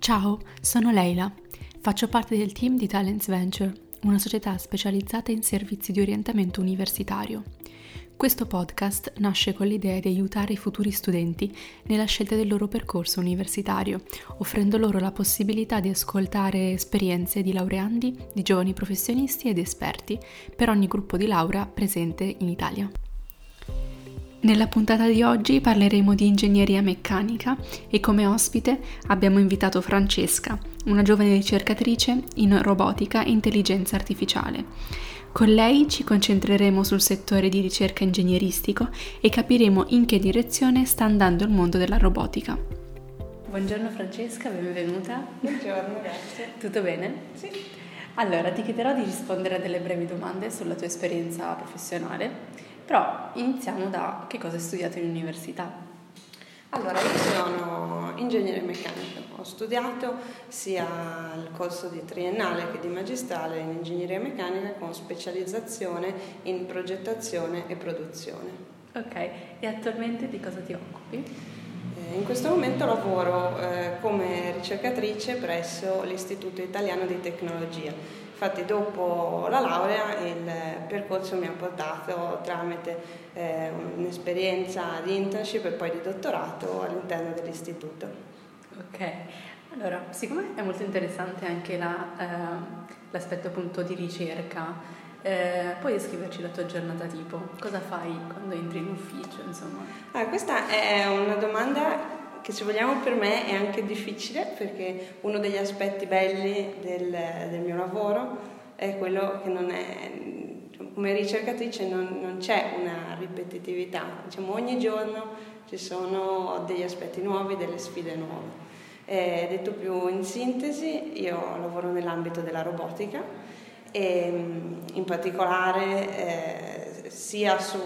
Ciao, sono Leila. Faccio parte del team di Talents Venture, una società specializzata in servizi di orientamento universitario. Questo podcast nasce con l'idea di aiutare i futuri studenti nella scelta del loro percorso universitario, offrendo loro la possibilità di ascoltare esperienze di laureandi, di giovani professionisti ed esperti per ogni gruppo di laurea presente in Italia. Nella puntata di oggi parleremo di ingegneria meccanica e come ospite abbiamo invitato Francesca, una giovane ricercatrice in robotica e intelligenza artificiale. Con lei ci concentreremo sul settore di ricerca ingegneristico e capiremo in che direzione sta andando il mondo della robotica. Buongiorno Francesca, benvenuta. Buongiorno, grazie. Tutto bene? Sì. Allora, ti chiederò di rispondere a delle brevi domande sulla tua esperienza professionale. Però iniziamo da che cosa hai studiato in università. Allora, io sono ingegnere meccanico. Ho studiato sia il corso di triennale che di magistrale in ingegneria meccanica con specializzazione in progettazione e produzione. Ok, e attualmente di cosa ti occupi? In questo momento lavoro come ricercatrice presso l'Istituto Italiano di Tecnologia. Infatti dopo la laurea il percorso mi ha portato tramite un'esperienza di internship e poi di dottorato all'interno dell'istituto. Ok, allora siccome è molto interessante anche l'aspetto appunto di ricerca, puoi descriverci la tua giornata tipo? Cosa fai quando entri in ufficio, insomma? Questa è una domanda che, se vogliamo, per me è anche difficile, perché uno degli aspetti belli del mio lavoro è quello che non è, come ricercatrice non c'è una ripetitività, diciamo ogni giorno ci sono degli aspetti nuovi, delle sfide nuove. Detto più in sintesi, io lavoro nell'ambito della robotica e in particolare sia su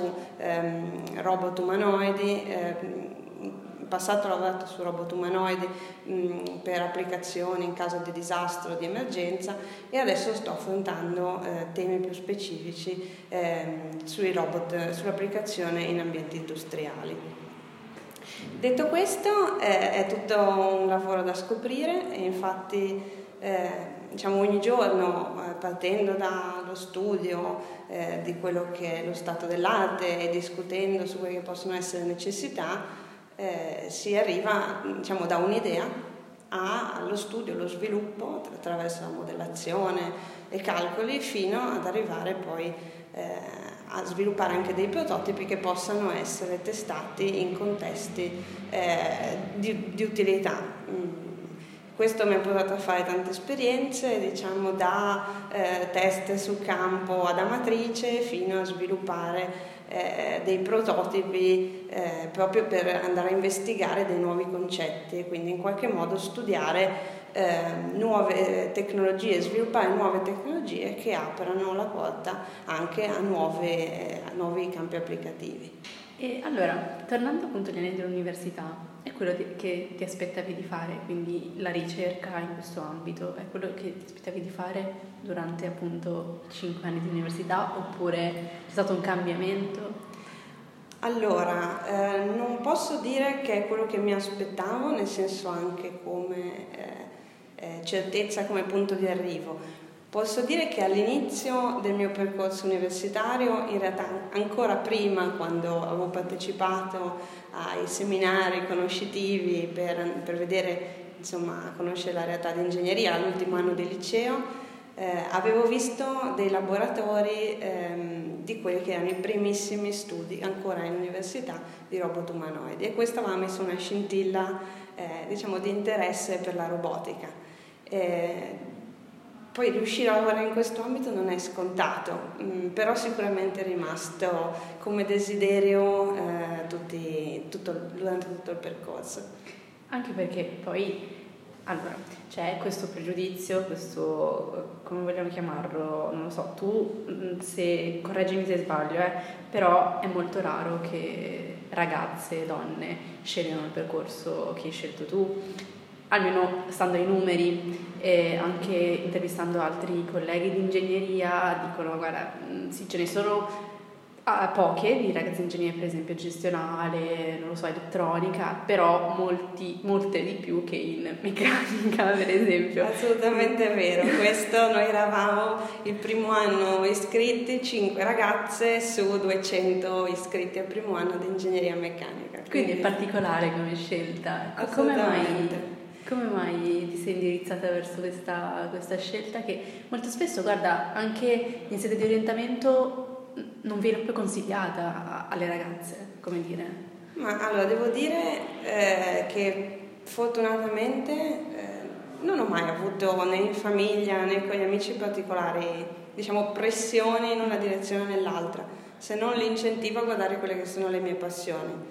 robot umanoidi. In passato ho lavorato su robot umanoidi per applicazioni in caso di disastro, di emergenza, e adesso sto affrontando temi più specifici sui robot, sull'applicazione in ambienti industriali. Detto questo, è tutto un lavoro da scoprire e infatti diciamo ogni giorno, partendo dallo studio di quello che è lo stato dell'arte e discutendo su quelle che possono essere necessità, si arriva, diciamo, da un'idea allo studio, allo sviluppo attraverso la modellazione e calcoli, fino ad arrivare poi a sviluppare anche dei prototipi che possano essere testati in contesti di utilità. Questo mi ha portato a fare tante esperienze, diciamo da test sul campo ad amatrice fino a sviluppare dei prototipi proprio per andare a investigare dei nuovi concetti, quindi in qualche modo studiare nuove tecnologie, sviluppare nuove tecnologie che aprono la porta anche a nuovi campi applicativi. E allora, tornando appunto agli anni dell'università, è quello che ti aspettavi di fare, quindi la ricerca in questo ambito, è quello che ti aspettavi di fare durante appunto 5 anni di università, oppure c'è stato un cambiamento? Allora, non posso dire che è quello che mi aspettavo, nel senso anche come certezza, come punto di arrivo. Posso dire che all'inizio del mio percorso universitario, in realtà ancora prima, quando avevo partecipato ai seminari conoscitivi per vedere, insomma, conoscere la realtà di ingegneria all'ultimo anno di liceo, avevo visto dei laboratori di quelli che erano i primissimi studi, ancora in università, di robot umanoidi, e questo aveva messo una scintilla diciamo di interesse per la robotica. Poi riuscire a lavorare in questo ambito non è scontato, però sicuramente è rimasto come desiderio durante tutto il percorso. Anche perché poi, allora, c'è questo pregiudizio, questo, come vogliamo chiamarlo, non lo so, tu, se correggimi se sbaglio, però è molto raro che ragazze, donne, scegliano il percorso che hai scelto tu. Almeno stando ai numeri e anche intervistando altri colleghi di ingegneria, dicono guarda, sì, ce ne sono Poche di ragazze ingegnerie, per esempio gestionale, non lo so, elettronica, però molte di più che in meccanica, per esempio. Assolutamente vero, questo noi eravamo il primo anno iscritti, 5 ragazze su 200 iscritti al primo anno di ingegneria meccanica. Quindi è particolare come scelta. Assolutamente. Come mai ti sei indirizzata verso questa scelta che molto spesso, guarda, anche in sede di orientamento non viene proprio consigliata alle ragazze, come dire? Ma allora, devo dire che fortunatamente non ho mai avuto né in famiglia né con gli amici particolari, diciamo, pressioni in una direzione o nell'altra, se non l'incentivo a guardare quelle che sono le mie passioni.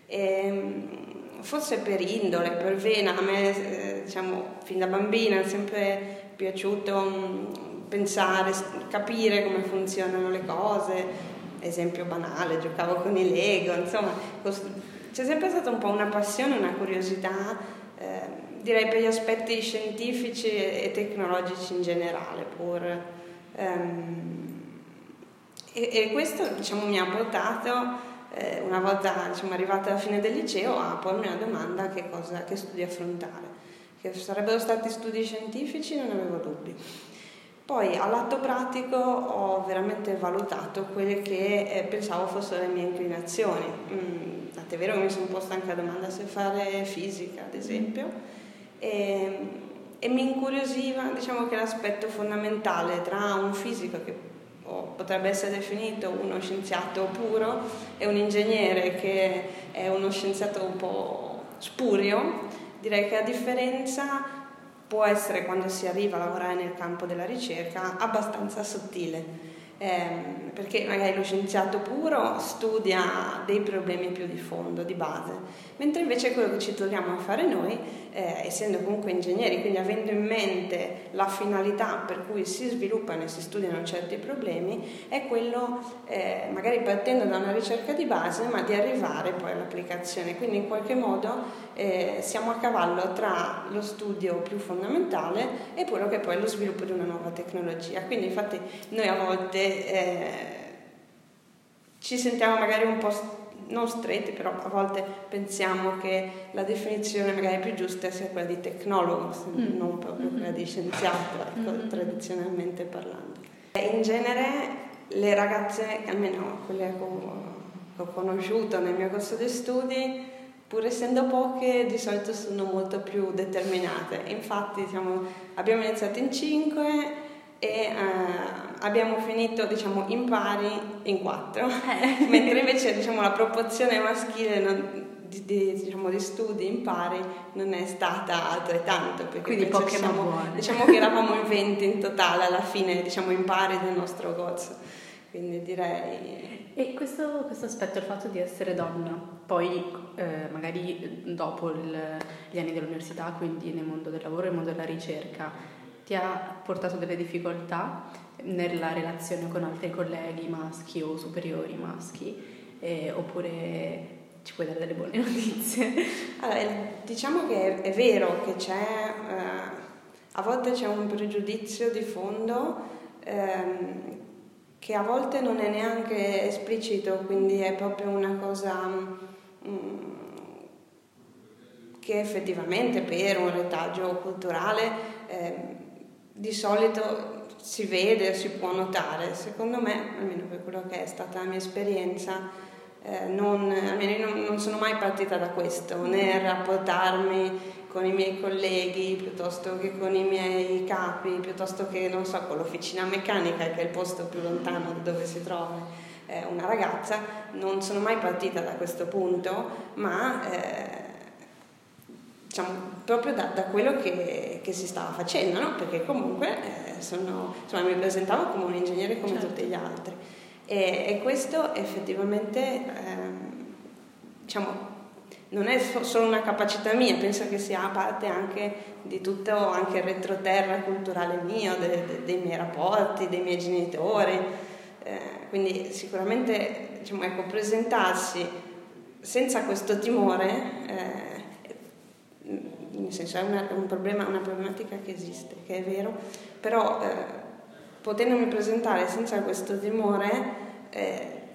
Forse per indole, per vena, a me diciamo fin da bambina è sempre piaciuto pensare, capire come funzionano le cose. Esempio banale, giocavo con i Lego, insomma c'è sempre stata un po' una passione, una curiosità, direi per gli aspetti scientifici e tecnologici in generale e questo diciamo mi ha portato una volta arrivata alla fine del liceo a pormi una domanda: che studi affrontare, che sarebbero stati studi scientifici, non avevo dubbi. Poi all'atto pratico ho veramente valutato quelle che pensavo fossero le mie inclinazioni. Tant'è vero che mi sono posta anche la domanda se fare fisica, ad esempio, e mi incuriosiva, diciamo, che l'aspetto fondamentale tra un fisico che potrebbe essere definito uno scienziato puro e un ingegnere che è uno scienziato un po' spurio, direi che la differenza può essere, quando si arriva a lavorare nel campo della ricerca, abbastanza sottile, perché magari lo scienziato puro studia dei problemi più di fondo, di base, mentre invece quello che ci troviamo a fare noi, essendo comunque ingegneri, quindi avendo in mente la finalità per cui si sviluppano e si studiano certi problemi, è quello magari partendo da una ricerca di base, ma di arrivare poi all'applicazione. Quindi in qualche modo siamo a cavallo tra lo studio più fondamentale e quello che poi è lo sviluppo di una nuova tecnologia. Quindi infatti noi a volte ci sentiamo magari un po' non stretti, però a volte pensiamo che la definizione magari più giusta sia quella di tecnologo, non proprio quella di scienziato, ecco, tradizionalmente parlando. In genere le ragazze, almeno quelle che ho conosciuto nel mio corso di studi, pur essendo poche, di solito sono molto più determinate. Infatti abbiamo iniziato in 5 e abbiamo finito, diciamo, in pari in 4, mentre invece, diciamo, la proporzione maschile di studi in pari non è stata altrettanto, perché quindi poche ma buone. Diciamo che eravamo in 20 in totale alla fine, diciamo, in pari del nostro corso, quindi direi. E questo aspetto, il fatto di essere donna, poi magari dopo gli anni dell'università, quindi nel mondo del lavoro e nel mondo della ricerca, ti ha portato delle difficoltà nella relazione con altri colleghi maschi o superiori maschi, oppure ci puoi dare delle buone notizie? Allora, diciamo che è vero che c'è, a volte c'è un pregiudizio di fondo che a volte non è neanche esplicito, quindi è proprio una cosa che effettivamente per un retaggio culturale di solito si vede, si può notare. Secondo me, almeno per quello che è stata la mia esperienza, almeno io non sono mai partita da questo, né rapportarmi con i miei colleghi piuttosto che con i miei capi, piuttosto che, non so, con l'officina meccanica, che è il posto più lontano da dove si trova una ragazza. Non sono mai partita da questo punto, ma diciamo proprio da quello che si stava facendo, no? Perché comunque mi presentavo come un ingegnere come certo. tutti gli altri, e questo effettivamente diciamo non è solo una capacità mia, penso che sia parte anche di tutto, anche il retroterra culturale mio, dei miei rapporti, dei miei genitori, quindi sicuramente, diciamo, ecco, presentarsi senza questo timore, nel senso è un problema, una problematica che esiste, che è vero, però potendomi presentare senza questo timore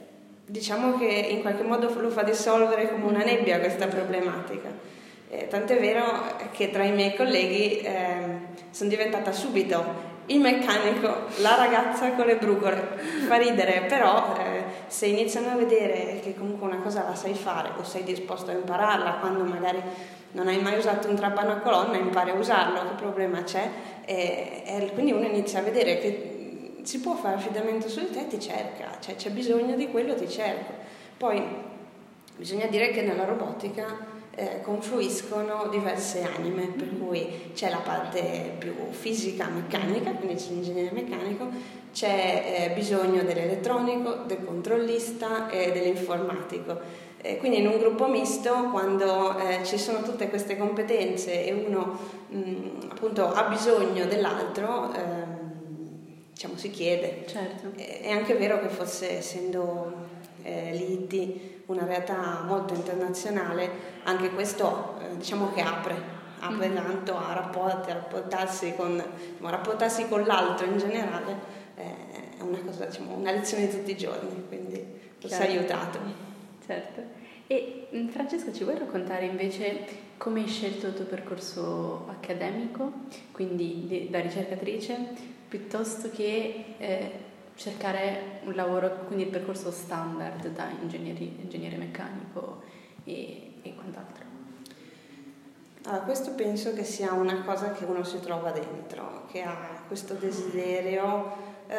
diciamo che in qualche modo lo fa dissolvere come una nebbia questa problematica. Tant'è vero che tra i miei colleghi sono diventata subito il meccanico, la ragazza con le brucole. Fa ridere, però se iniziano a vedere che comunque una cosa la sai fare o sei disposto a impararla, quando magari non hai mai usato un trapano a colonna, impari a usarlo, che problema c'è? Quindi uno inizia a vedere che si può fare affidamento su di te, ti cerca, cioè c'è bisogno di quello, ti cerco. Poi bisogna dire che nella robotica confluiscono diverse anime, per cui c'è la parte più fisica, meccanica, quindi c'è l'ingegnere meccanico, c'è bisogno dell'elettronico, del controllista e dell'informatico. Quindi in un gruppo misto, quando ci sono tutte queste competenze e uno appunto ha bisogno dell'altro, diciamo si chiede. Certo. È anche vero che forse essendo l'IT una realtà molto internazionale, anche questo diciamo che apre tanto a rapportarsi con l'altro in generale, è una cosa, diciamo, una lezione di tutti i giorni, quindi ci ha aiutato. Certo. E Francesca, ci vuoi raccontare invece come hai scelto il tuo percorso accademico, quindi da ricercatrice, piuttosto che cercare un lavoro, quindi il percorso standard da ingegnere meccanico e quant'altro? Allora, questo penso che sia una cosa che uno si trova dentro, che ha questo desiderio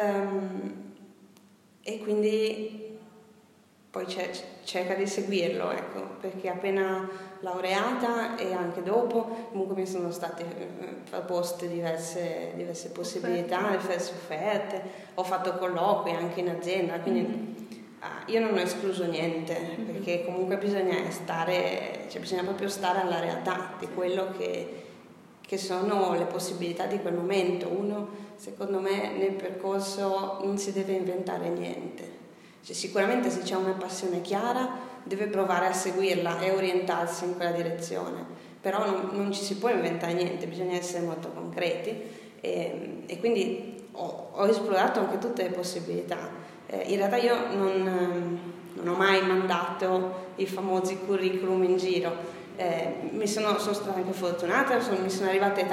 e quindi poi cerca di seguirlo, ecco, perché appena laureata e anche dopo comunque mi sono state proposte diverse possibilità, diverse offerte, ho fatto colloqui anche in azienda, quindi io non ho escluso niente, perché comunque bisogna proprio stare alla realtà di quello che sono le possibilità di quel momento. Uno, secondo me, nel percorso non si deve inventare niente. Cioè, sicuramente se c'è una passione chiara deve provare a seguirla e orientarsi in quella direzione, però non ci si può inventare niente, bisogna essere molto concreti e quindi ho esplorato anche tutte le possibilità. In realtà io non ho mai mandato i famosi curriculum in giro, sono stata anche fortunata, mi sono arrivate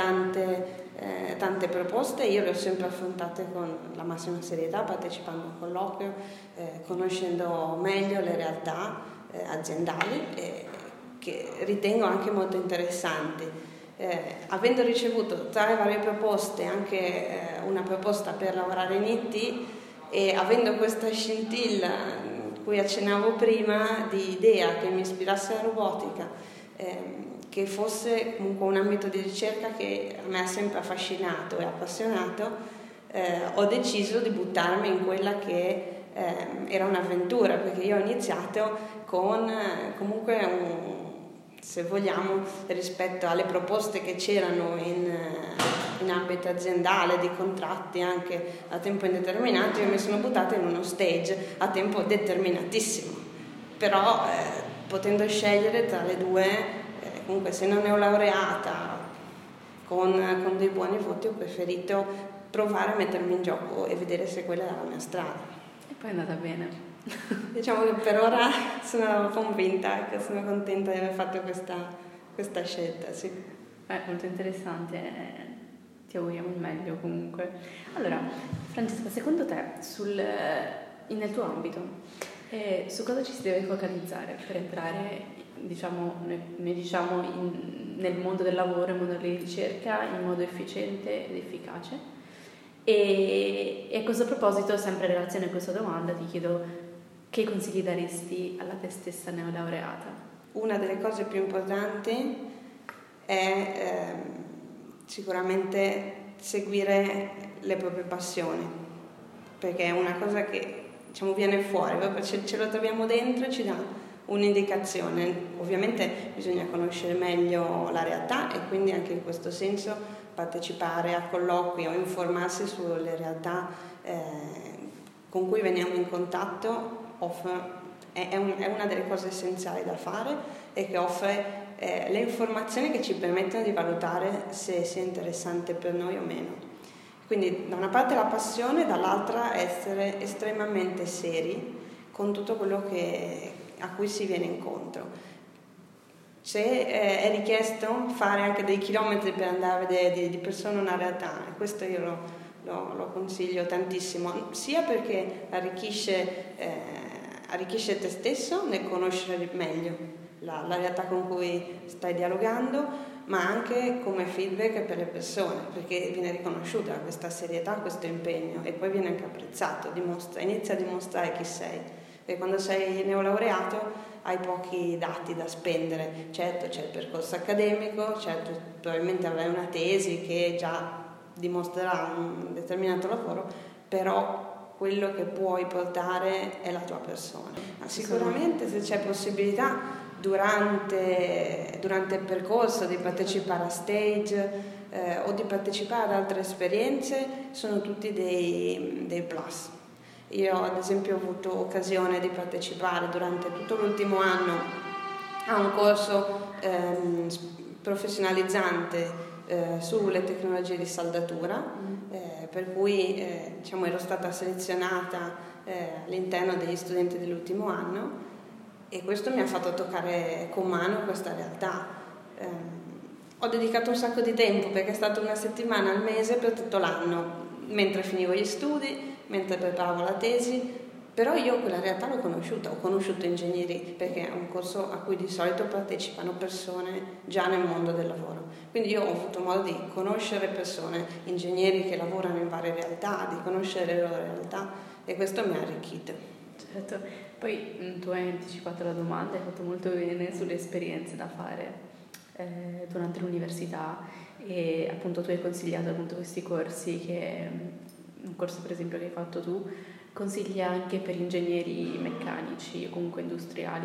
tante proposte, io le ho sempre affrontate con la massima serietà, partecipando a un colloquio, conoscendo meglio le realtà aziendali che ritengo anche molto interessanti. Avendo ricevuto tra le varie proposte anche una proposta per lavorare in IT e avendo questa scintilla cui accennavo prima di idea che mi ispirasse la robotica, che fosse comunque un ambito di ricerca che a me ha sempre affascinato e appassionato, ho deciso di buttarmi in quella che era un'avventura, perché io ho iniziato con comunque se vogliamo, rispetto alle proposte che c'erano in ambito aziendale, di contratti anche a tempo indeterminato, io mi sono buttata in uno stage a tempo determinatissimo, però potendo scegliere tra le due, comunque se non ne ho laureata con dei buoni voti, ho preferito provare a mettermi in gioco e vedere se quella era la mia strada. E poi è andata bene. Diciamo che per ora sono convinta, che sono contenta di aver fatto questa scelta, sì. Molto interessante, ti auguriamo il meglio comunque. Allora, Francesca, secondo te nel tuo ambito su cosa ci si deve focalizzare per entrare, diciamo, nel mondo del lavoro, nel mondo della ricerca in modo efficiente ed efficace? E a questo proposito, sempre in relazione a questa domanda, ti chiedo che consigli daresti alla te stessa neolaureata? Una delle cose più importanti è sicuramente seguire le proprie passioni, perché è una cosa che, diciamo, viene fuori, ce lo troviamo dentro e ci dà un'indicazione. Ovviamente bisogna conoscere meglio la realtà e quindi anche in questo senso partecipare a colloqui o informarsi sulle realtà con cui veniamo in contatto è una delle cose essenziali da fare e che offre le informazioni che ci permettono di valutare se sia interessante per noi o meno. Quindi da una parte la passione, dall'altra essere estremamente seri con tutto quello a cui si viene incontro. Se è richiesto fare anche dei chilometri per andare a vedere di persona una realtà, e questo io lo consiglio tantissimo, sia perché arricchisce te stesso nel conoscere meglio la realtà con cui stai dialogando, ma anche come feedback per le persone, perché viene riconosciuta questa serietà, questo impegno, e poi viene anche apprezzato, inizia a dimostrare chi sei. Perché quando sei neolaureato hai pochi dati da spendere. Certo, c'è il percorso accademico, certo, probabilmente avrai una tesi che già dimostrerà un determinato lavoro, però quello che puoi portare è la tua persona. Ma sicuramente se c'è possibilità durante il percorso di partecipare a stage o di partecipare ad altre esperienze, sono tutti dei plus. Io ad esempio ho avuto occasione di partecipare durante tutto l'ultimo anno a un corso professionalizzante sulle tecnologie di saldatura, per cui ero stata selezionata all'interno degli studenti dell'ultimo anno, e questo mi ha fatto toccare con mano questa realtà. Ho dedicato un sacco di tempo, perché è stata una settimana al mese per tutto l'anno, mentre finivo gli studi, mentre preparavo la tesi, però io quella realtà l'ho conosciuta, ho conosciuto ingegneri, perché è un corso a cui di solito partecipano persone già nel mondo del lavoro. Quindi io ho avuto modo di conoscere persone, ingegneri che lavorano in varie realtà, di conoscere le loro realtà, e questo mi ha arricchito. Certo, poi tu hai anticipato la domanda, hai fatto molto bene sulle esperienze da fare durante l'università, e appunto tu hai consigliato appunto questi corsi, che un corso per esempio che hai fatto tu consiglia anche per ingegneri meccanici o comunque industriali,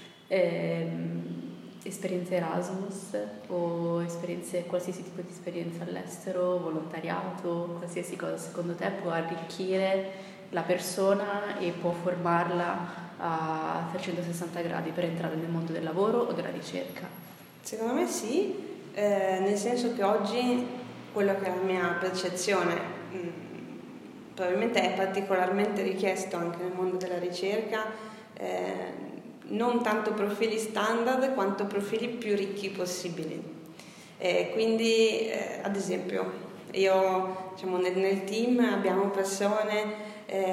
esperienze Erasmus o qualsiasi tipo di esperienza all'estero, volontariato, qualsiasi cosa secondo te può arricchire la persona e può formarla a 360 gradi per entrare nel mondo del lavoro o della ricerca? Secondo me sì, nel senso che oggi quello che è la mia percezione probabilmente è particolarmente richiesto anche nel mondo della ricerca, non tanto profili standard quanto profili più ricchi possibili. Quindi ad esempio io nel team abbiamo persone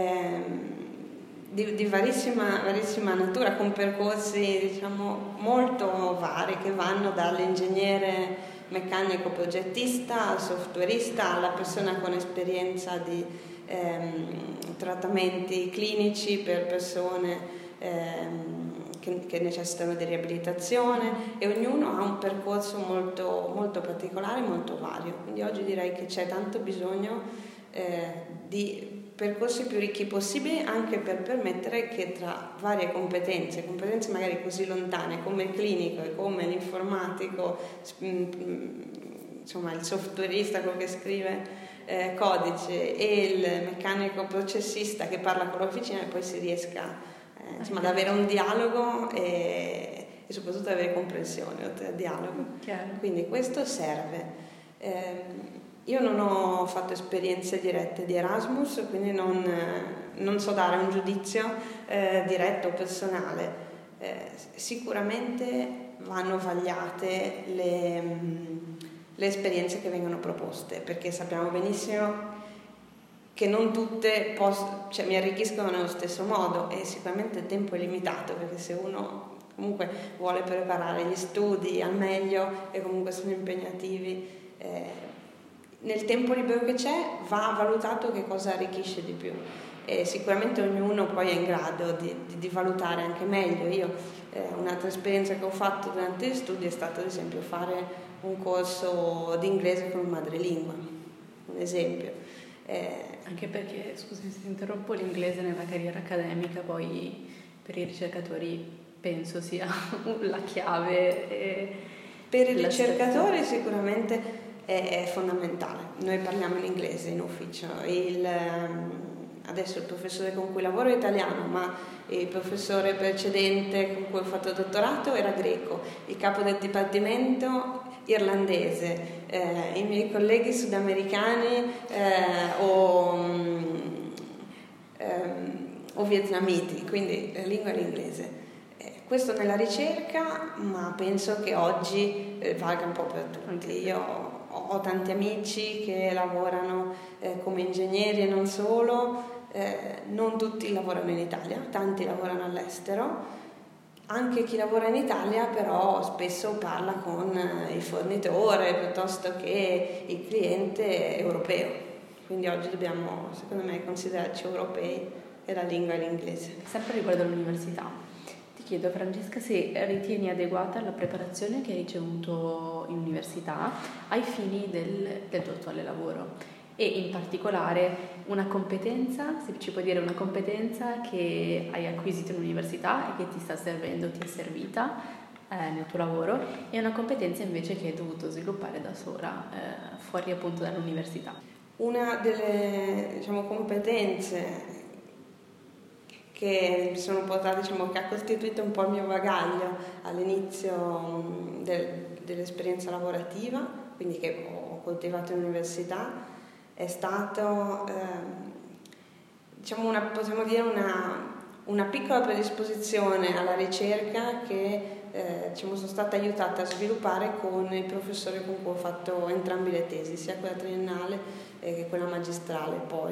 di varissima natura, con percorsi molto vari, che vanno dall'ingegnere meccanico progettista al softwareista alla persona con esperienza di trattamenti clinici per persone che necessitano di riabilitazione, e ognuno ha un percorso molto, molto particolare, molto vario. Quindi oggi direi che c'è tanto bisogno di percorsi più ricchi possibili, anche per permettere che tra varie competenze magari così lontane come il clinico e come l'informatico, il softwareista, quello che scrive codice, e il meccanico processista che parla con l'officina, e poi si riesca ad avere un dialogo e soprattutto avere comprensione oltre al dialogo. Chiaro. Quindi questo serve. Io non ho fatto esperienze dirette di Erasmus, quindi non so dare un giudizio diretto o personale. Sicuramente vanno vagliate le esperienze che vengono proposte, perché sappiamo benissimo che non tutte mi arricchiscono nello stesso modo, e sicuramente il tempo è limitato, perché se uno comunque vuole preparare gli studi al meglio e comunque sono impegnativi, nel tempo libero che c'è va valutato che cosa arricchisce di più, e sicuramente ognuno poi è in grado di valutare anche meglio. Io un'altra esperienza che ho fatto durante gli studi è stata ad esempio fare un corso di inglese come madrelingua, un esempio. Anche perché, scusami se ti interrompo, l'inglese nella carriera accademica poi per i ricercatori penso sia la chiave. Per i ricercatori sicuramente è fondamentale. Noi parliamo in inglese in ufficio. Adesso il professore con cui lavoro è italiano, ma il professore precedente con cui ho fatto il dottorato era greco, il capo del dipartimento irlandese, i miei colleghi sudamericani o o vietnamiti, quindi la lingua è l'inglese. Questo nella ricerca, ma penso che oggi valga un po' per tutti. Io ho tanti amici che lavorano come ingegneri e non solo, non tutti lavorano in Italia, tanti lavorano all'estero. Anche chi lavora in Italia però spesso parla con il fornitore piuttosto che il cliente europeo, quindi oggi dobbiamo, secondo me, considerarci europei e la lingua è l'inglese. Sempre riguardo all'università, ti chiedo, Francesca, se ritieni adeguata la preparazione che hai ricevuto in università ai fini del tuo attuale lavoro, e in particolare una competenza, se ci puoi dire una competenza che hai acquisito in università e che ti sta servendo, ti è servita nel tuo lavoro, e una competenza invece che hai dovuto sviluppare da sola fuori appunto dall'università. Una delle competenze che mi sono portata, che ha costituito un po' il mio bagaglio all'inizio dell'esperienza lavorativa, quindi che ho coltivato in università, è stato possiamo dire una piccola predisposizione alla ricerca che sono stata aiutata a sviluppare con il professore con cui ho fatto entrambe le tesi, sia quella triennale che quella magistrale poi.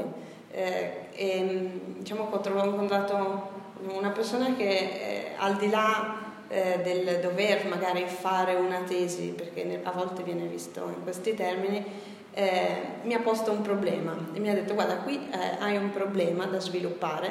Ho incontrato una persona che al di là del dover magari fare una tesi, perché a volte viene visto in questi termini, mi ha posto un problema e mi ha detto: guarda, qui hai un problema da sviluppare.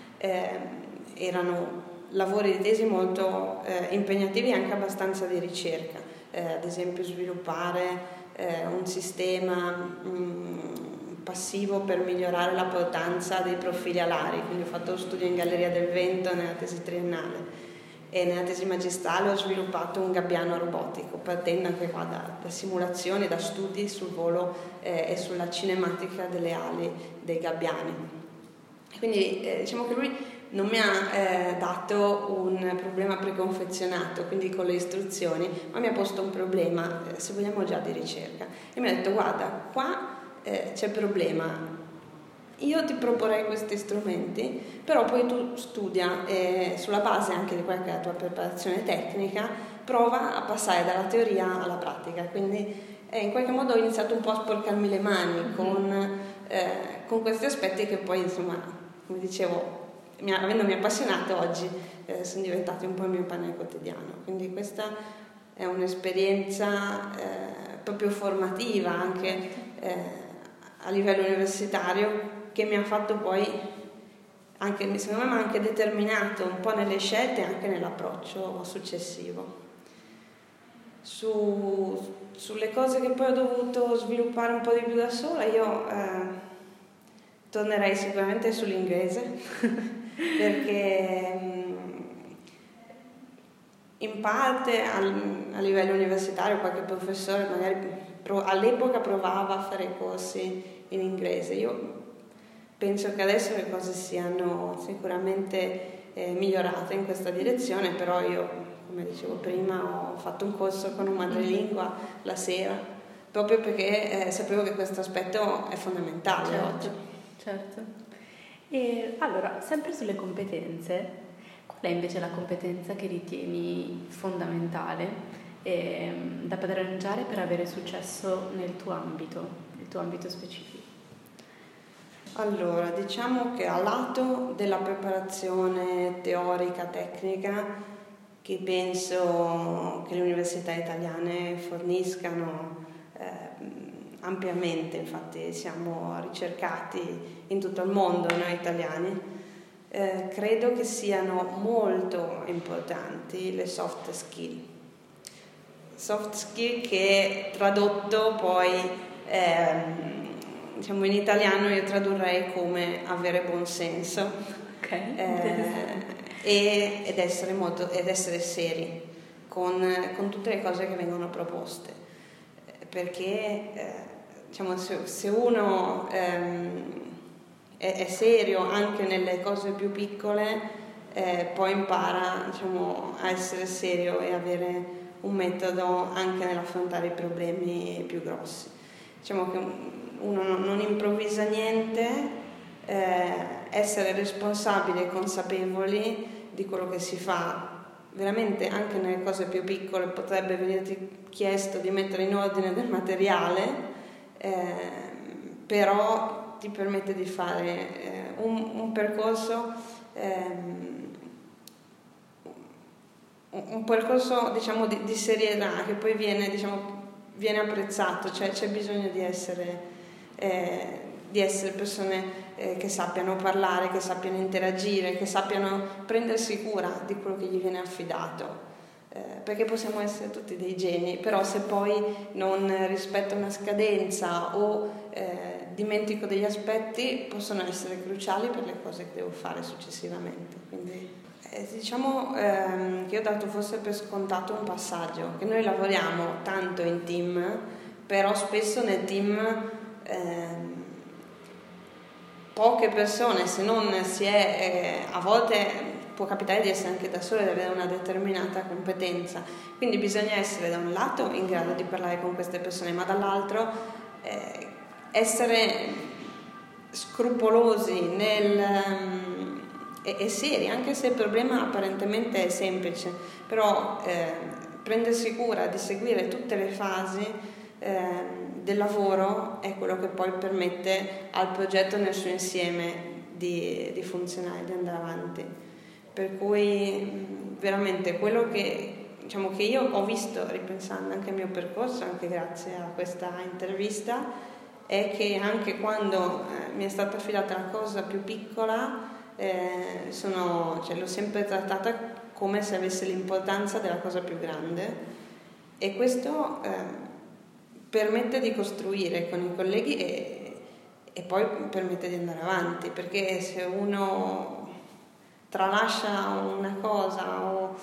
Erano lavori di tesi molto impegnativi e anche abbastanza di ricerca, ad esempio sviluppare un sistema passivo per migliorare la portanza dei profili alari, quindi ho fatto lo studio in Galleria del Vento nella tesi triennale, e nella tesi magistrale ho sviluppato un gabbiano robotico, partendo anche qua da simulazioni, da studi sul volo e sulla cinematica delle ali dei gabbiani. Quindi che lui non mi ha dato un problema preconfezionato, quindi con le istruzioni, ma mi ha posto un problema, se vogliamo già di ricerca, e mi ha detto: guarda, qua c'è problema, io ti proporrei questi strumenti, però poi tu studia sulla base anche di quella che è la tua preparazione tecnica, prova a passare dalla teoria alla pratica. Quindi in qualche modo ho iniziato un po' a sporcarmi le mani con questi aspetti che poi, insomma, come dicevo, avendomi appassionato, oggi sono diventati un po' il mio pane quotidiano. Quindi questa è un'esperienza proprio formativa anche a livello universitario, che mi ha fatto poi anche, secondo me, ma anche determinato un po' nelle scelte e anche nell'approccio successivo. Sulle cose che poi ho dovuto sviluppare un po' di più da sola, io tornerei sicuramente sull'inglese perché in parte a livello universitario qualche professore magari all'epoca provava a fare corsi in inglese. Io penso che adesso le cose siano sicuramente migliorate in questa direzione, però io, come dicevo prima, ho fatto un corso con un madrelingua la sera, proprio perché sapevo che questo aspetto è fondamentale oggi. Certo. E allora, sempre sulle competenze, qual è invece la competenza che ritieni fondamentale da padroneggiare per avere successo nel tuo ambito specifico? Allora, diciamo che a lato della preparazione teorica, tecnica, che penso che le università italiane forniscano ampiamente, infatti siamo ricercati in tutto il mondo noi italiani, credo che siano molto importanti le soft skill. Soft skill che tradotto poi in italiano io tradurrei come avere buon senso, ed essere seri con tutte le cose che vengono proposte, perché se uno è serio anche nelle cose più piccole, poi impara a essere serio e avere un metodo anche nell'affrontare i problemi più grossi. Diciamo che uno non improvvisa niente, essere responsabili e consapevoli di quello che si fa. Veramente anche nelle cose più piccole potrebbe venirti chiesto di mettere in ordine del materiale, però ti permette di fare un percorso, diciamo di serietà, che poi viene apprezzato, cioè c'è bisogno di essere persone che sappiano parlare, che sappiano interagire, che sappiano prendersi cura di quello che gli viene affidato, perché possiamo essere tutti dei geni, però se poi non rispetto una scadenza o dimentico degli aspetti, possono essere cruciali per le cose che devo fare successivamente. Quindi diciamo che io ho dato forse per scontato un passaggio, che noi lavoriamo tanto in team, però spesso nel team poche persone, se non si è, a volte può capitare di essere anche da sole, di avere una determinata competenza, quindi bisogna essere da un lato in grado di parlare con queste persone, ma dall'altro essere scrupolosi e seri, anche se il problema apparentemente è semplice, però prendersi cura di seguire tutte le fasi del lavoro è quello che poi permette al progetto nel suo insieme di funzionare, di andare avanti. Per cui veramente quello che io ho visto, ripensando anche al mio percorso, anche grazie a questa intervista, è che anche quando mi è stata affidata la cosa più piccola, l'ho sempre trattata come se avesse l'importanza della cosa più grande, e questo permette di costruire con i colleghi e poi permette di andare avanti, perché se uno tralascia una cosa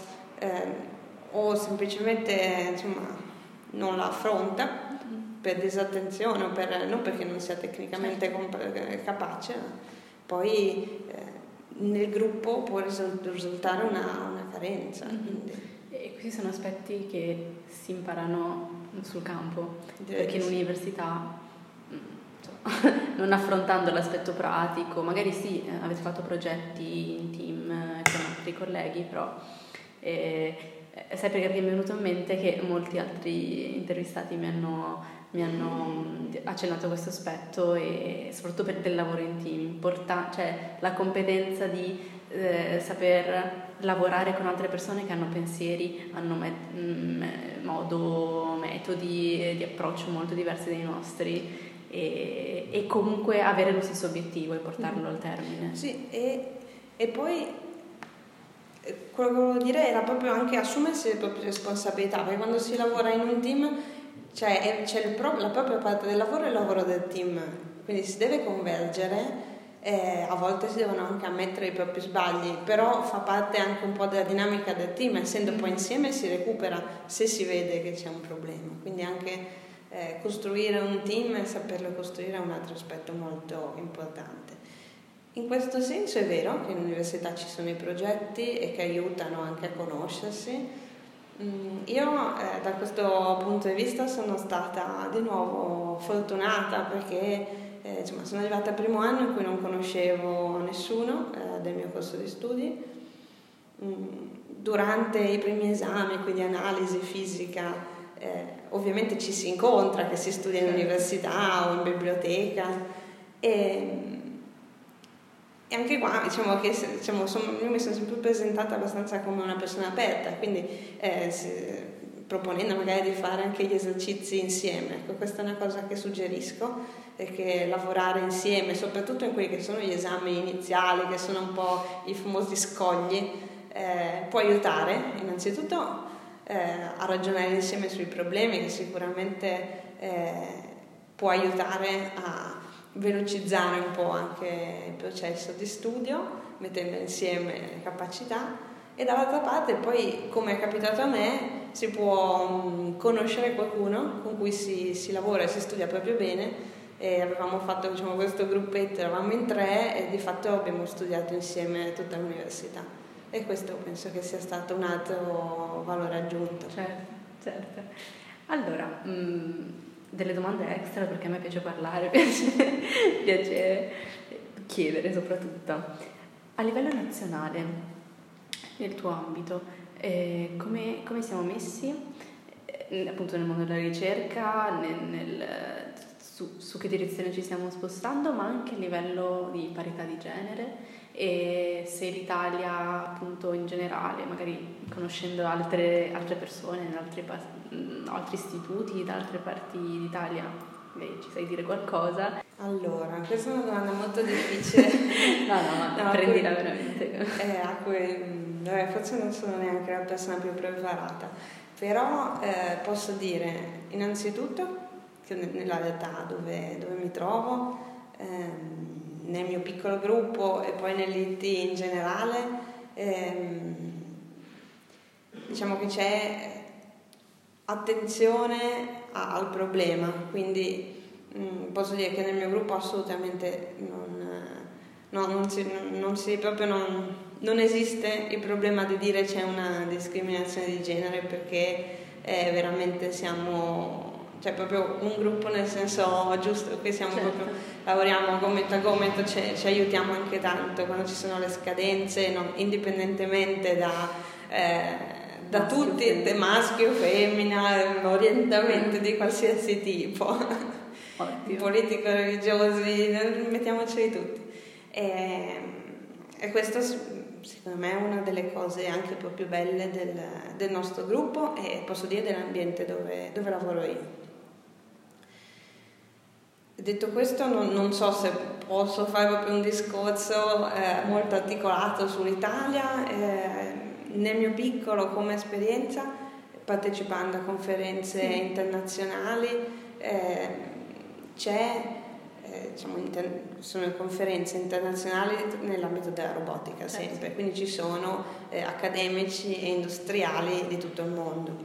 o semplicemente non la affronta per disattenzione o non perché non sia tecnicamente capace, poi nel gruppo può risultare una carenza. E questi sono aspetti che si imparano sul campo, perché in università, non affrontando l'aspetto pratico, magari sì, avete fatto progetti in team con altri colleghi, però sai perché mi è venuto in mente che molti altri intervistati mi hanno accennato questo aspetto, e soprattutto del lavoro in team, cioè la competenza di saper lavorare con altre persone che hanno pensieri, hanno metodi di approccio molto diversi dai nostri, e comunque avere lo stesso obiettivo e portarlo al termine. Sì, e poi quello che volevo dire era proprio anche assumersi le proprie responsabilità, perché quando si lavora in un team c'è la propria parte del lavoro e il lavoro del team, quindi si deve convergere. A volte si devono anche ammettere i propri sbagli, però fa parte anche un po' della dinamica del team, essendo poi insieme si recupera se si vede che c'è un problema, quindi anche costruire un team e saperlo costruire è un altro aspetto molto importante. In questo senso è vero che in università ci sono i progetti e che aiutano anche a conoscersi. Io da questo punto di vista sono stata di nuovo fortunata, perché sono arrivata al primo anno in cui non conoscevo nessuno del mio corso di studi. Durante i primi esami, quindi analisi, fisica, ovviamente ci si incontra, che si studia in università o in biblioteca, e anche qua io mi sono sempre presentata abbastanza come una persona aperta, quindi proponendo magari di fare anche gli esercizi insieme. Ecco, questa è una cosa che suggerisco, perché lavorare insieme, soprattutto in quelli che sono gli esami iniziali, che sono un po' i famosi scogli, può aiutare innanzitutto a ragionare insieme sui problemi, che sicuramente può aiutare a velocizzare un po' anche il processo di studio, mettendo insieme le capacità, e dall'altra parte poi, come è capitato a me, si può conoscere qualcuno con cui si lavora e si studia proprio bene, e avevamo fatto questo gruppetto, eravamo in 3 e di fatto abbiamo studiato insieme tutta l'università, e questo penso che sia stato un altro valore aggiunto. Certo. Allora, delle domande extra, perché a me piace parlare, piace chiedere soprattutto, a livello nazionale, nel tuo ambito, come siamo messi appunto nel mondo della ricerca, su che direzione ci stiamo spostando, ma anche a livello di parità di genere, e se l'Italia appunto in generale, magari conoscendo altre persone in altri istituti da altre parti d'Italia, ci sai dire qualcosa? Allora, questa è una domanda molto difficile. no, prendila veramente. Forse non sono neanche la persona più preparata, però posso dire innanzitutto che nella realtà dove mi trovo, nel mio piccolo gruppo e poi nell'IT in generale, diciamo che c'è attenzione al problema, quindi posso dire che nel mio gruppo assolutamente non esiste il problema di dire c'è una discriminazione di genere, perché veramente siamo, cioè proprio un gruppo nel senso giusto, che siamo proprio, lavoriamo gomito a gomito, ci aiutiamo anche tanto quando ci sono le scadenze, indipendentemente da tutti, maschio, femmina, orientamento di qualsiasi tipo, politico, religiosi, mettiamoceli tutti. E questo secondo me è una delle cose anche proprio belle del nostro gruppo, e posso dire dell'ambiente dove lavoro io. Detto questo, non so se posso fare proprio un discorso molto articolato sull'Italia. Nel mio piccolo, come esperienza, partecipando a conferenze internazionali, sono conferenze internazionali nell'ambito della robotica, sempre, quindi ci sono accademici e industriali di tutto il mondo,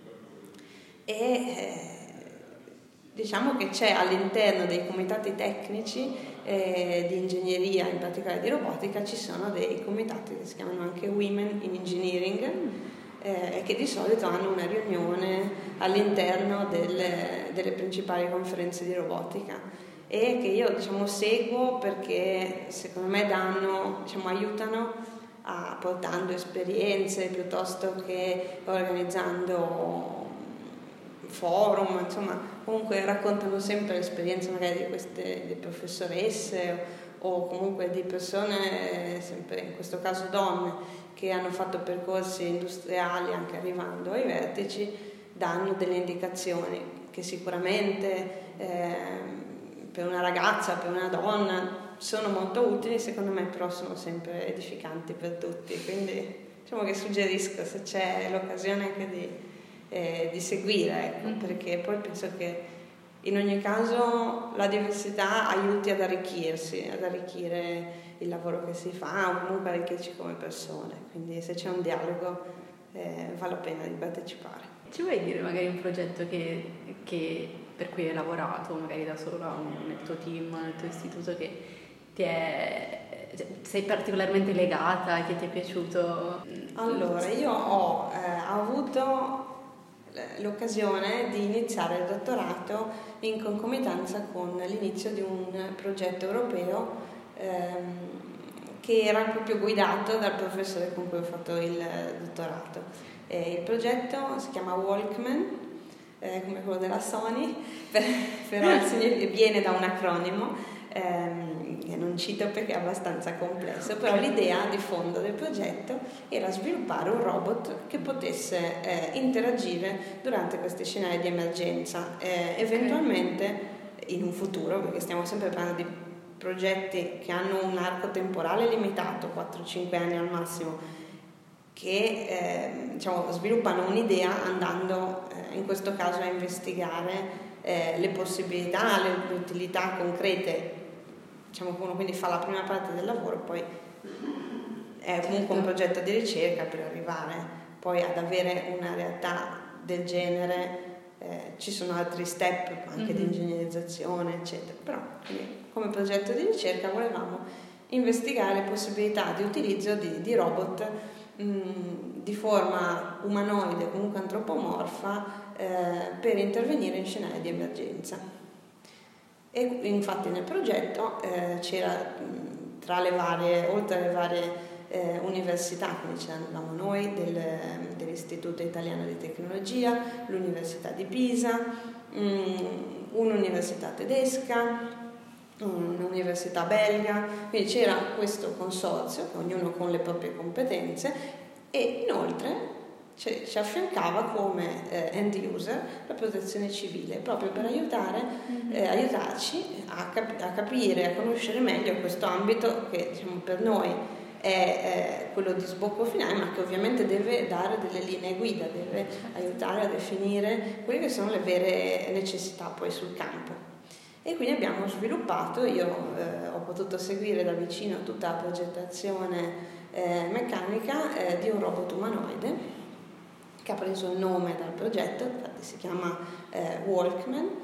e diciamo che c'è all'interno dei comitati tecnici di ingegneria, in particolare di robotica, ci sono dei comitati che si chiamano anche Women in Engineering, che di solito hanno una riunione all'interno delle principali conferenze di robotica, e che io seguo, perché secondo me aiutano portando esperienze, piuttosto che organizzando forum, comunque raccontano sempre l'esperienza magari di professoresse o comunque di persone, sempre in questo caso donne, che hanno fatto percorsi industriali anche arrivando ai vertici, danno delle indicazioni che sicuramente per una ragazza, per una donna sono molto utili, secondo me, però sono sempre edificanti per tutti, quindi che suggerisco, se c'è l'occasione, anche di seguire, perché poi penso che in ogni caso la diversità aiuti ad arricchire il lavoro che si fa, o comunque arricchisci come persone, quindi se c'è un dialogo vale la pena di partecipare. Ci vuoi dire magari un progetto per cui hai lavorato, magari da sola o nel tuo team, nel tuo istituto, che sei particolarmente legata, che ti è piaciuto? Allora, io ho avuto l'occasione di iniziare il dottorato in concomitanza con l'inizio di un progetto europeo che era proprio guidato dal professore con cui ho fatto il dottorato. Il progetto si chiama Walkman, come quello della Sony, però viene da un acronimo che non cito perché è abbastanza complesso, però l'idea di fondo del progetto era sviluppare un robot che potesse interagire durante questi scenari di emergenza, eventualmente in un futuro, perché stiamo sempre parlando di progetti che hanno un arco temporale limitato, 4-5 anni al massimo, che sviluppano un'idea andando in questo caso a investigare le possibilità, le utilità concrete, che uno quindi fa la prima parte del lavoro, poi è comunque un progetto di ricerca per arrivare poi ad avere una realtà del genere. Ci sono altri step anche di ingegnerizzazione, eccetera, però come progetto di ricerca volevamo investigare le possibilità di utilizzo di robot di forma umanoide, comunque antropomorfa, per intervenire in scenari di emergenza. E infatti nel progetto c'era oltre alle varie università, quindi c'eravamo noi dell'Istituto Italiano di Tecnologia, l'Università di Pisa, un'università tedesca, un'università belga, quindi c'era questo consorzio, ognuno con le proprie competenze, e inoltre ci affiancava come end user la protezione civile, proprio per aiutarci a capire, a conoscere meglio questo ambito che, diciamo, per noi è quello di sbocco finale, ma che ovviamente deve dare delle linee guida, deve aiutare a definire quelle che sono le vere necessità poi sul campo. E quindi abbiamo sviluppato, io ho potuto seguire da vicino tutta la progettazione meccanica di un robot umanoide che ha preso il nome dal progetto, infatti si chiama Walkman,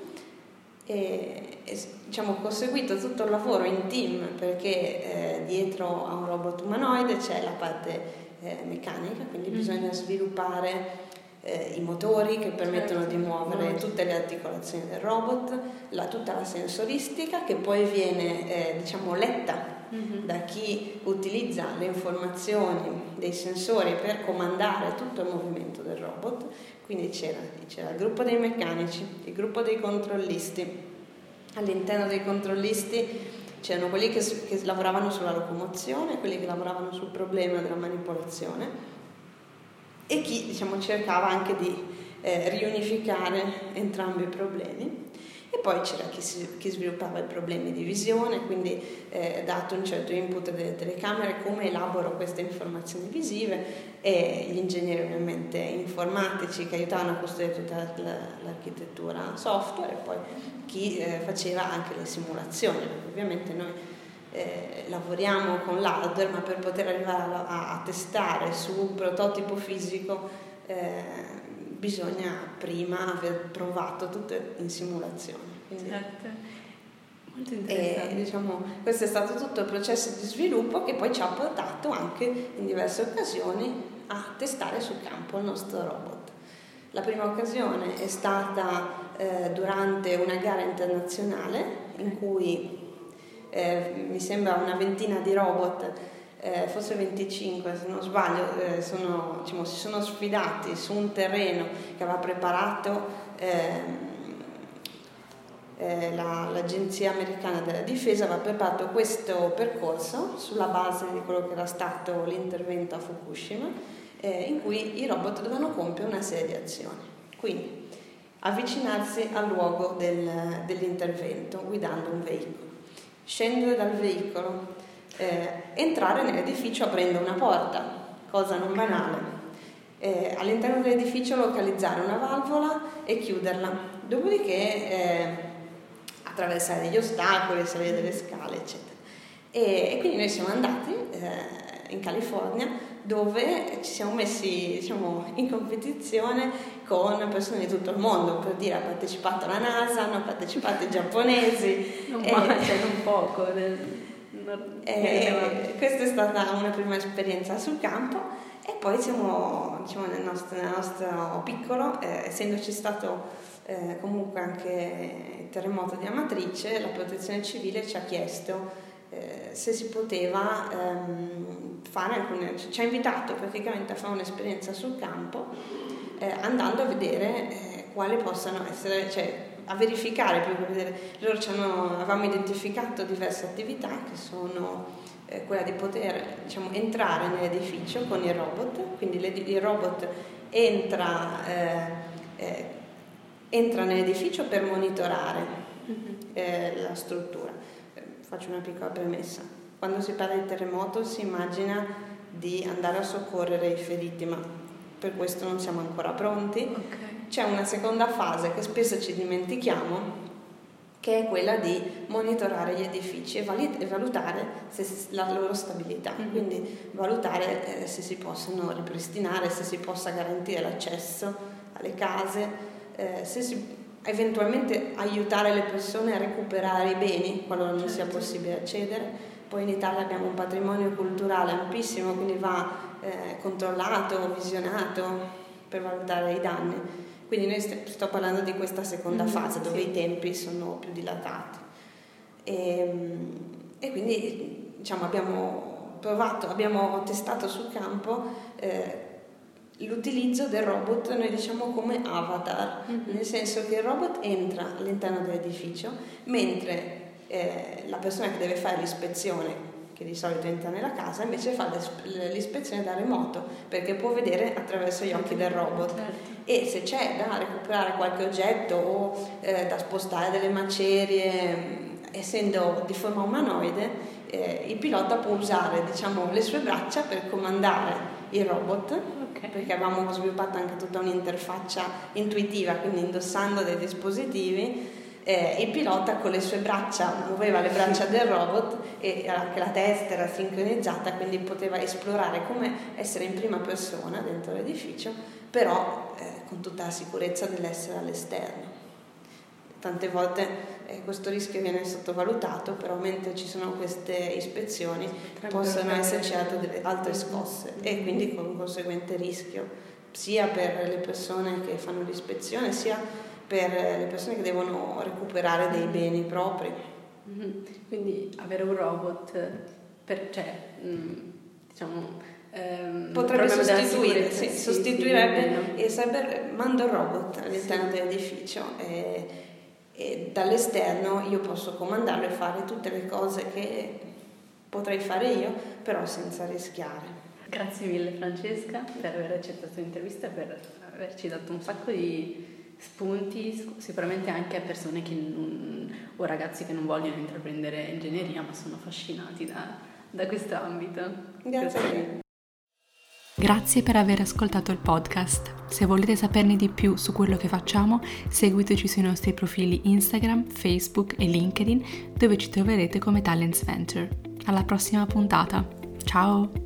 e diciamo che ho seguito tutto il lavoro in team, perché dietro a un robot umanoide c'è la parte meccanica, quindi bisogna sviluppare i motori che permettono di muovere tutte le articolazioni del robot, tutta la sensoristica che poi viene diciamo letta da chi utilizza le informazioni dei sensori per comandare tutto il movimento del robot. Quindi c'era il gruppo dei meccanici, il gruppo dei controllisti. All'interno dei controllisti c'erano quelli che lavoravano sulla locomozione, quelli che lavoravano sul problema della manipolazione, e chi, diciamo, cercava anche di riunificare entrambi i problemi. E poi c'era chi sviluppava i problemi di visione, quindi dato un certo input delle telecamere, come elaboro queste informazioni visive, e gli ingegneri ovviamente informatici che aiutavano a costruire tutta l'architettura software, e poi chi faceva anche le simulazioni, perché ovviamente noi lavoriamo con l'hardware, ma per poter arrivare a testare su un prototipo fisico bisogna prima aver provato tutto in simulazione. Quindi, certo. Molto interessante. Diciamo, questo è stato tutto il processo di sviluppo che poi ci ha portato anche in diverse occasioni a testare sul campo il nostro robot. La prima occasione è stata durante una gara internazionale in cui mi sembra una ventina di robot, forse 25 se non sbaglio, si sono sfidati su un terreno che aveva preparato l'Agenzia Americana della Difesa. Aveva preparato questo percorso sulla base di quello che era stato l'intervento a Fukushima, in cui i robot dovevano compiere una serie di azioni. Quindi avvicinarsi al luogo dell'intervento guidando un veicolo, scendere dal veicolo, entrare nell'edificio aprendo una porta, cosa non banale, all'interno dell'edificio localizzare una valvola e chiuderla, dopodiché attraversare degli ostacoli, salire delle scale, eccetera. E quindi noi siamo andati in California, dove ci siamo messi, diciamo, in competizione con persone di tutto il mondo. Per dire, ha partecipato la NASA, hanno partecipato i giapponesi, non poco. Questa è stata una prima esperienza sul campo, e poi siamo, diciamo, nel nostro piccolo, essendoci stato comunque anche il terremoto di Amatrice, la protezione civile ci ha chiesto se si poteva ci ha invitato praticamente a fare un'esperienza sul campo, andando a vedere quali possano essere, cioè a verificare, più che vedere, loro avevamo identificato diverse attività che sono quella di poter, diciamo, entrare nell'edificio con il robot, quindi il robot entra nell'edificio per monitorare la struttura. Faccio una piccola premessa: quando si parla di terremoto si immagina di andare a soccorrere i feriti, ma per questo non siamo ancora pronti. Okay. C'è una seconda fase che spesso ci dimentichiamo, che è quella di monitorare gli edifici e valutare la loro stabilità, quindi valutare se si possono ripristinare, se si possa garantire l'accesso alle case, se si eventualmente aiutare le persone a recuperare i beni qualora non sia possibile accedere. Poi in Italia abbiamo un patrimonio culturale ampissimo, quindi va controllato, visionato per valutare i danni. Quindi noi sto parlando di questa seconda fase, dove i tempi sono più dilatati. E E quindi diciamo abbiamo testato sul campo l'utilizzo del robot, noi diciamo come avatar, nel senso che il robot entra all'interno dell'edificio, mentre la persona che deve fare l'ispezione, che di solito entra nella casa, invece fa l'ispezione da remoto, perché può vedere attraverso gli occhi del robot. E se c'è da recuperare qualche oggetto o da spostare delle macerie, essendo di forma umanoide, il pilota può usare, diciamo, le sue braccia per comandare il robot, perché avevamo sviluppato anche tutta un'interfaccia intuitiva, quindi indossando dei dispositivi il pilota con le sue braccia muoveva le braccia del robot e anche la testa era sincronizzata, quindi poteva esplorare come essere in prima persona dentro l'edificio, però con tutta la sicurezza dell'essere all'esterno. Tante volte questo rischio viene sottovalutato, però mentre ci sono queste ispezioni possono esserci altre scosse e quindi con un conseguente rischio sia per le persone che fanno l'ispezione sia per le persone che devono recuperare dei beni propri. Quindi avere un robot potrebbe sostituire, sostituirebbe e sarebbe mando il robot all'interno dell'edificio e dall'esterno io posso comandarlo e fare tutte le cose che potrei fare io, però senza rischiare. Grazie mille Francesca per aver accettato l'intervista e per averci dato un sacco di spunti, sicuramente anche a persone o ragazzi che non vogliono intraprendere ingegneria ma sono affascinati da questo ambito. Grazie a te. Grazie per aver ascoltato il podcast. Se volete saperne di più su quello che facciamo, seguiteci sui nostri profili Instagram, Facebook e LinkedIn, dove ci troverete come Talents Venture. Alla prossima puntata. Ciao!